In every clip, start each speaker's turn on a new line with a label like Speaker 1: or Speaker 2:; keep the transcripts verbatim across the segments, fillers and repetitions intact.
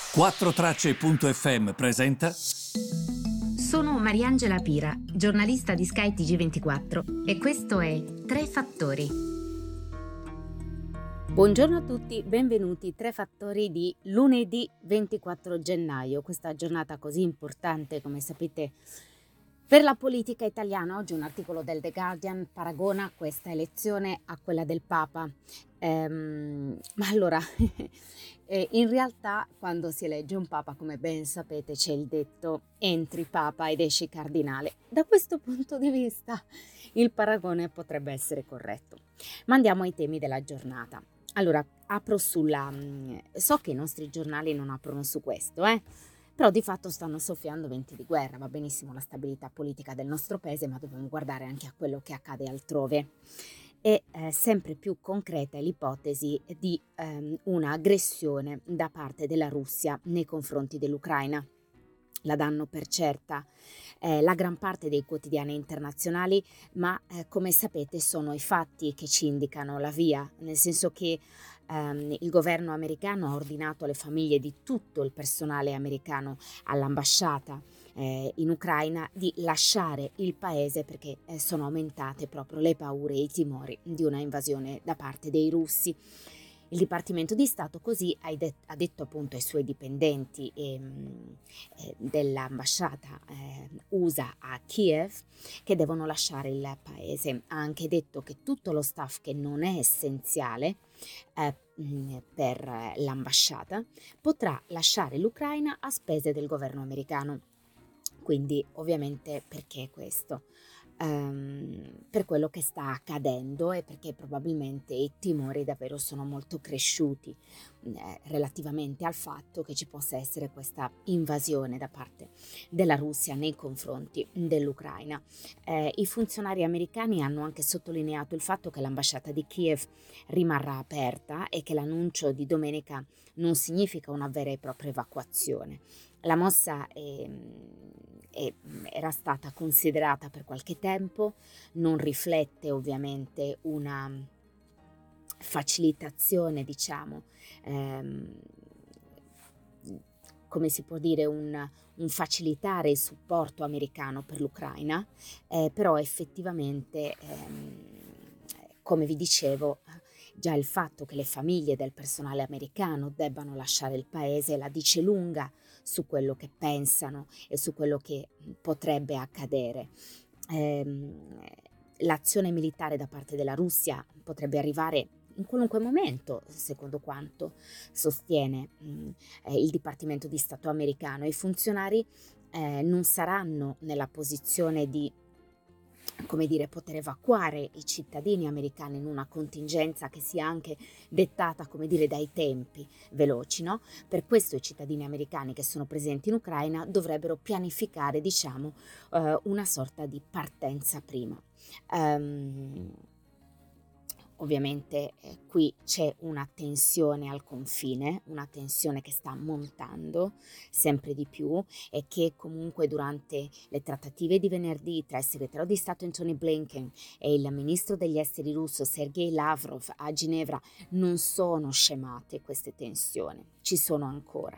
Speaker 1: quattro tracce punto effe emme presenta.
Speaker 2: Sono Mariangela Pira, giornalista di Sky T G ventiquattro e questo è Tre Fattori.
Speaker 3: Buongiorno a tutti, benvenuti. Tre Fattori di lunedì ventiquattro gennaio, questa giornata così importante, come sapete, per la politica italiana. Oggi un articolo del The Guardian paragona questa elezione a quella del Papa. Ehm, ma allora, eh, in realtà quando si elegge un Papa, come ben sapete, c'è il detto entri Papa ed esci Cardinale. Da questo punto di vista il paragone potrebbe essere corretto. Ma andiamo ai temi della giornata. Allora, apro sulla... so che i nostri giornali non aprono su questo, eh? Però di fatto stanno soffiando venti di guerra. Va benissimo la stabilità politica del nostro paese, ma dobbiamo guardare anche a quello che accade altrove. È eh, sempre più concreta è l'ipotesi di ehm, un'aggressione da parte della Russia nei confronti dell'Ucraina. La danno per certa eh, la gran parte dei quotidiani internazionali, ma eh, come sapete sono i fatti che ci indicano la via, nel senso che ehm, il governo americano ha ordinato alle famiglie di tutto il personale americano all'ambasciata eh, in Ucraina di lasciare il paese perché eh, sono aumentate proprio le paure e i timori di una invasione da parte dei russi. Il Dipartimento di Stato così ha, det- ha detto appunto ai suoi dipendenti ehm, eh, dell'ambasciata eh, U S A a Kiev che devono lasciare il paese. Ha anche detto che tutto lo staff che non è essenziale eh, mh, per l'ambasciata potrà lasciare l'Ucraina a spese del governo americano. Quindi ovviamente perché questo? Um, per quello che sta accadendo e perché probabilmente i timori davvero sono molto cresciuti eh, relativamente al fatto che ci possa essere questa invasione da parte della Russia nei confronti dell'Ucraina. Eh, I funzionari americani hanno anche sottolineato il fatto che l'ambasciata di Kiev rimarrà aperta e che l'annuncio di domenica non significa una vera e propria evacuazione. La mossa è, è, era stata considerata per qualche tempo, non riflette ovviamente una facilitazione, diciamo, ehm, come si può dire, un, un facilitare il supporto americano per l'Ucraina, eh, però effettivamente, ehm, come vi dicevo, già il fatto che le famiglie del personale americano debbano lasciare il paese la dice lunga su quello che pensano e su quello che potrebbe accadere. Ehm, l'azione militare da parte della Russia potrebbe arrivare in qualunque momento, secondo quanto sostiene mh, eh, il Dipartimento di Stato americano. I funzionari eh, non saranno nella posizione di come dire, poter evacuare i cittadini americani in una contingenza che sia anche dettata, come dire, dai tempi veloci, no? Per questo i cittadini americani che sono presenti in Ucraina dovrebbero pianificare, diciamo, eh, una sorta di partenza prima. Um, Ovviamente eh, qui c'è una tensione al confine, una tensione che sta montando sempre di più e che comunque durante le trattative di venerdì tra il segretario di Stato Antony Blinken e il ministro degli esteri russo Sergei Lavrov a Ginevra non sono scemate queste tensioni, ci sono ancora.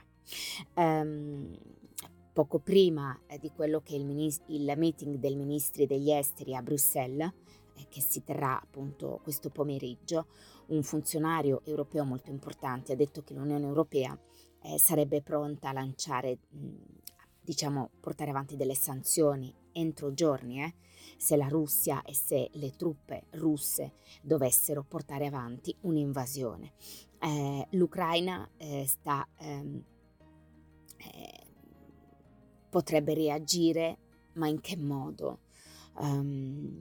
Speaker 3: Um, poco prima eh, di quello che è il, minis- il meeting dei ministri degli esteri a Bruxelles, che si terrà appunto questo pomeriggio, un funzionario europeo molto importante ha detto che l'Unione Europea eh, sarebbe pronta a lanciare, mh, diciamo, portare avanti delle sanzioni entro giorni eh, se la Russia e se le truppe russe dovessero portare avanti un'invasione. Eh, L'Ucraina eh, sta ehm, eh, potrebbe reagire, ma in che modo? Um,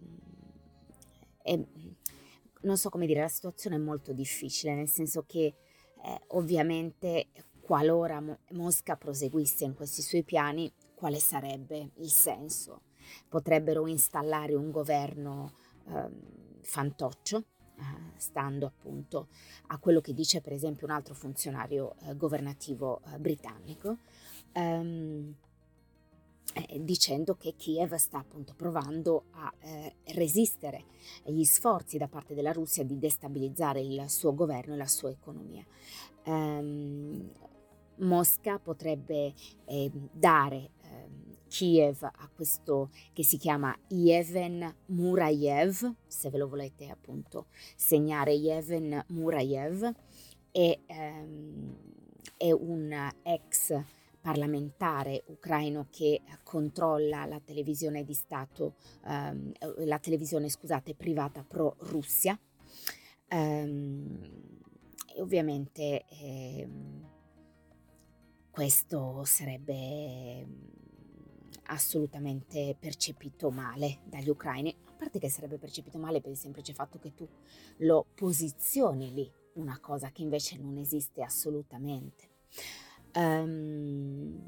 Speaker 3: E, non so come dire, la situazione è molto difficile, nel senso che eh, ovviamente qualora Mo- Mosca proseguisse in questi suoi piani, quale sarebbe il senso? Potrebbero installare un governo ehm, fantoccio, eh, stando appunto a quello che dice per esempio un altro funzionario eh, governativo eh, britannico, ehm, eh, dicendo che Kiev sta appunto provando a eh, resistere agli sforzi da parte della Russia di destabilizzare il suo governo e la sua economia. Ehm, Mosca potrebbe eh, dare Kiev a questo che si chiama Yevhen Murayev, se ve lo volete appunto segnare. Yevhen Murayev è, ehm, è un ex parlamentare ucraino che controlla la televisione di Stato, ehm, la televisione scusate privata pro-Russia. Ehm, e ovviamente ehm, questo sarebbe assolutamente percepito male dagli ucraini, a parte che sarebbe percepito male per il semplice fatto che tu lo posizioni lì, una cosa che invece non esiste assolutamente. Um,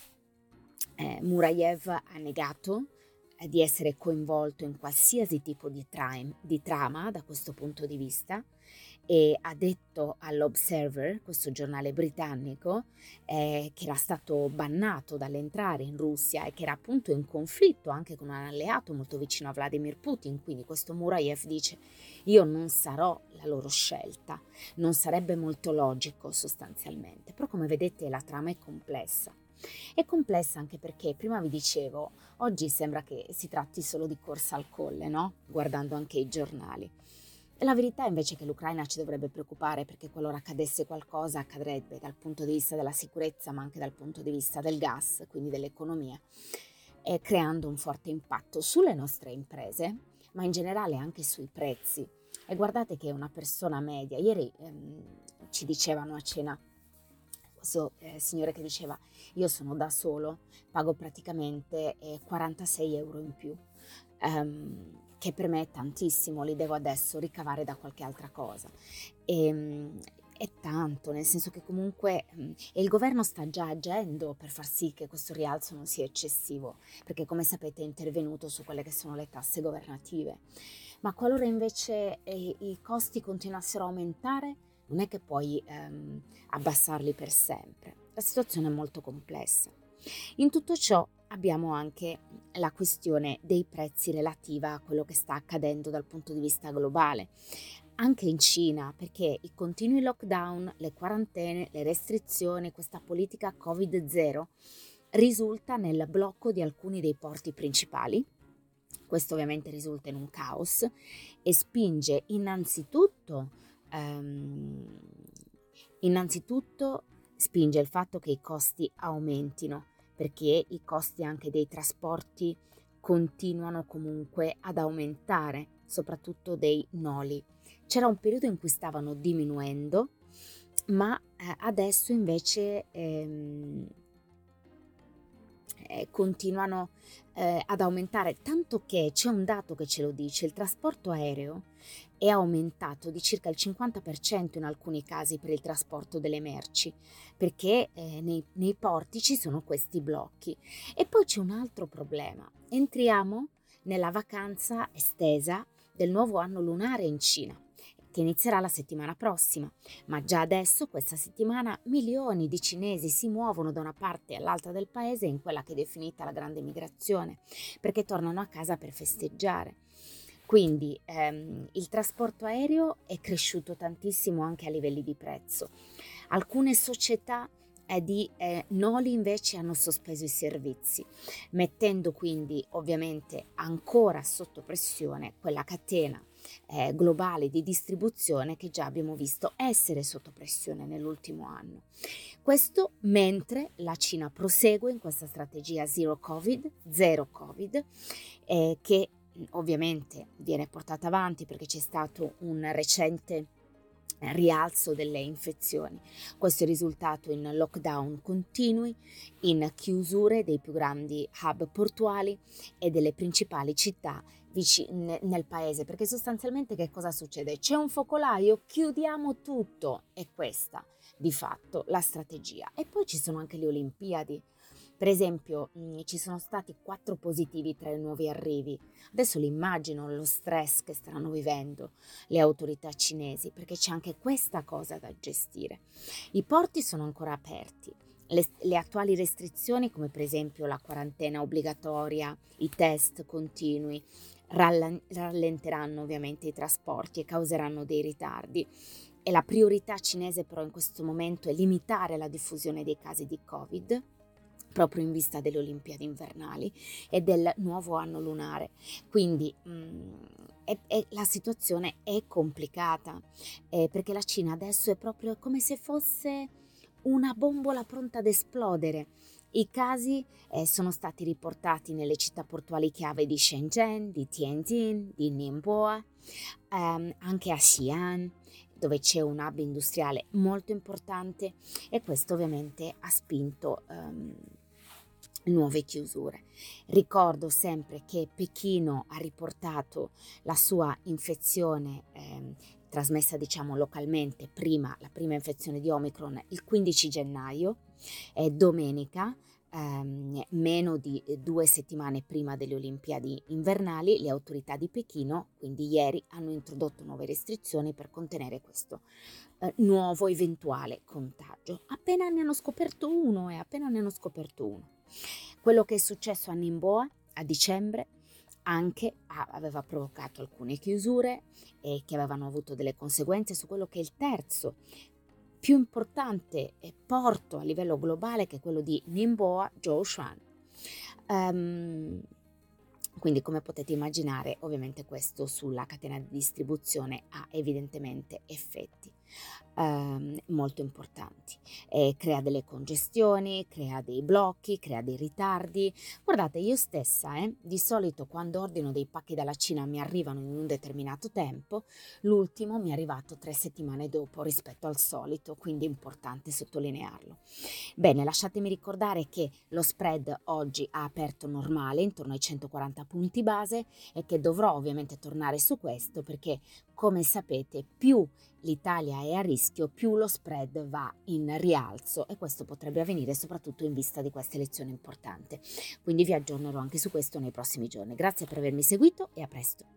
Speaker 3: eh, Murayev ha negato eh, di essere coinvolto in qualsiasi tipo di, tra- di trama da questo punto di vista, e ha detto all'Observer, questo giornale britannico, eh, che era stato bannato dall'entrare in Russia e che era appunto in conflitto anche con un alleato molto vicino a Vladimir Putin. Quindi questo Murayev dice: io non sarò la loro scelta, non sarebbe molto logico sostanzialmente. Però come vedete la trama è complessa. È complessa anche perché, prima vi dicevo, oggi sembra che si tratti solo di corsa al colle, no? Guardando anche i giornali. E la verità invece è che l'Ucraina ci dovrebbe preoccupare, perché qualora accadesse qualcosa, accadrebbe dal punto di vista della sicurezza, ma anche dal punto di vista del gas, quindi dell'economia, e creando un forte impatto sulle nostre imprese, ma in generale anche sui prezzi. E guardate che una persona media, ieri ehm, ci dicevano a cena, questo eh, signore che diceva: io sono da solo, pago praticamente eh, quarantasei euro in più. Um, che per me è tantissimo, li devo adesso ricavare da qualche altra cosa. E, um, è tanto, nel senso che comunque um, e il governo sta già agendo per far sì che questo rialzo non sia eccessivo, perché come sapete è intervenuto su quelle che sono le tasse governative. Ma qualora invece eh, i costi continuassero a aumentare, non è che puoi um, abbassarli per sempre. La situazione è molto complessa. In tutto ciò abbiamo anche la questione dei prezzi relativa a quello che sta accadendo dal punto di vista globale, anche in Cina, perché i continui lockdown, le quarantene, le restrizioni, questa politica covid zero risulta nel blocco di alcuni dei porti principali. Questo ovviamente risulta in un caos e spinge innanzitutto um, innanzitutto spinge il fatto che i costi aumentino, perché i costi anche dei trasporti continuano comunque ad aumentare, soprattutto dei noli. C'era un periodo in cui stavano diminuendo, ma eh, adesso invece ehm, eh, continuano eh, ad aumentare, tanto che c'è un dato che ce lo dice: il trasporto aereo è aumentato di circa il cinquanta per cento in alcuni casi per il trasporto delle merci, perché eh, nei, nei porti ci sono questi blocchi. E poi c'è un altro problema: entriamo nella vacanza estesa del nuovo anno lunare in Cina, che inizierà la settimana prossima, ma già adesso questa settimana milioni di cinesi si muovono da una parte all'altra del paese in quella che è definita la grande migrazione, perché tornano a casa per festeggiare. Quindi ehm, il trasporto aereo è cresciuto tantissimo anche a livelli di prezzo. Alcune società eh, di eh, noli invece hanno sospeso i servizi, mettendo quindi ovviamente ancora sotto pressione quella catena eh, globale di distribuzione che già abbiamo visto essere sotto pressione nell'ultimo anno. Questo mentre la Cina prosegue in questa strategia zero covid, zero covid, eh, che ovviamente viene portata avanti perché c'è stato un recente rialzo delle infezioni. Questo è risultato in lockdown continui, in chiusure dei più grandi hub portuali e delle principali città vicine nel paese, perché sostanzialmente che cosa succede? C'è un focolaio, chiudiamo tutto, è questa di fatto la strategia. E poi ci sono anche le Olimpiadi. Per esempio, mh, ci sono stati quattro positivi tra i nuovi arrivi. Adesso l'immagino lo stress che staranno vivendo le autorità cinesi, perché c'è anche questa cosa da gestire. I porti sono ancora aperti. Le, le attuali restrizioni, come per esempio la quarantena obbligatoria, i test continui, rallen- rallenteranno ovviamente i trasporti e causeranno dei ritardi. e la priorità cinese però in questo momento è limitare la diffusione dei casi di Covid, proprio in vista delle Olimpiadi invernali e del nuovo anno lunare. Quindi mh, è, è, la situazione è complicata, eh, perché la Cina adesso è proprio come se fosse una bombola pronta ad esplodere. I casi eh, sono stati riportati nelle città portuali chiave di Shenzhen, di Tianjin, di Ningbo, ehm, anche a Xi'an, dove c'è un hub industriale molto importante, e questo ovviamente ha spinto ehm, nuove chiusure. Ricordo sempre che Pechino ha riportato la sua infezione ehm, trasmessa diciamo localmente, prima la prima infezione di Omicron il quindici gennaio, è domenica, ehm, meno di due settimane prima delle Olimpiadi invernali. Le autorità di Pechino quindi ieri hanno introdotto nuove restrizioni per contenere questo eh, nuovo eventuale contagio. Appena ne hanno scoperto uno e appena ne hanno scoperto uno. Quello che è successo a Ningbo a dicembre anche aveva provocato alcune chiusure e che avevano avuto delle conseguenze su quello che è il terzo più importante porto a livello globale, che è quello di Ningbo Zhoushan. Um, quindi come potete immaginare, ovviamente questo sulla catena di distribuzione ha evidentemente effetti ehm, molto importanti. E crea delle congestioni, crea dei blocchi, crea dei ritardi. Guardate, io stessa eh, di solito quando ordino dei pacchi dalla Cina mi arrivano in un determinato tempo, l'ultimo mi è arrivato tre settimane dopo rispetto al solito, quindi è importante sottolinearlo. Bene, lasciatemi ricordare che lo spread oggi ha aperto normale, intorno ai centoquaranta punti base, e che dovrò ovviamente tornare su questo perché, come sapete, più l'Italia è a rischio, più lo spread va in rialzo, e questo potrebbe avvenire soprattutto in vista di questa elezione importante. Quindi vi aggiornerò anche su questo nei prossimi giorni. Grazie per avermi seguito e a presto.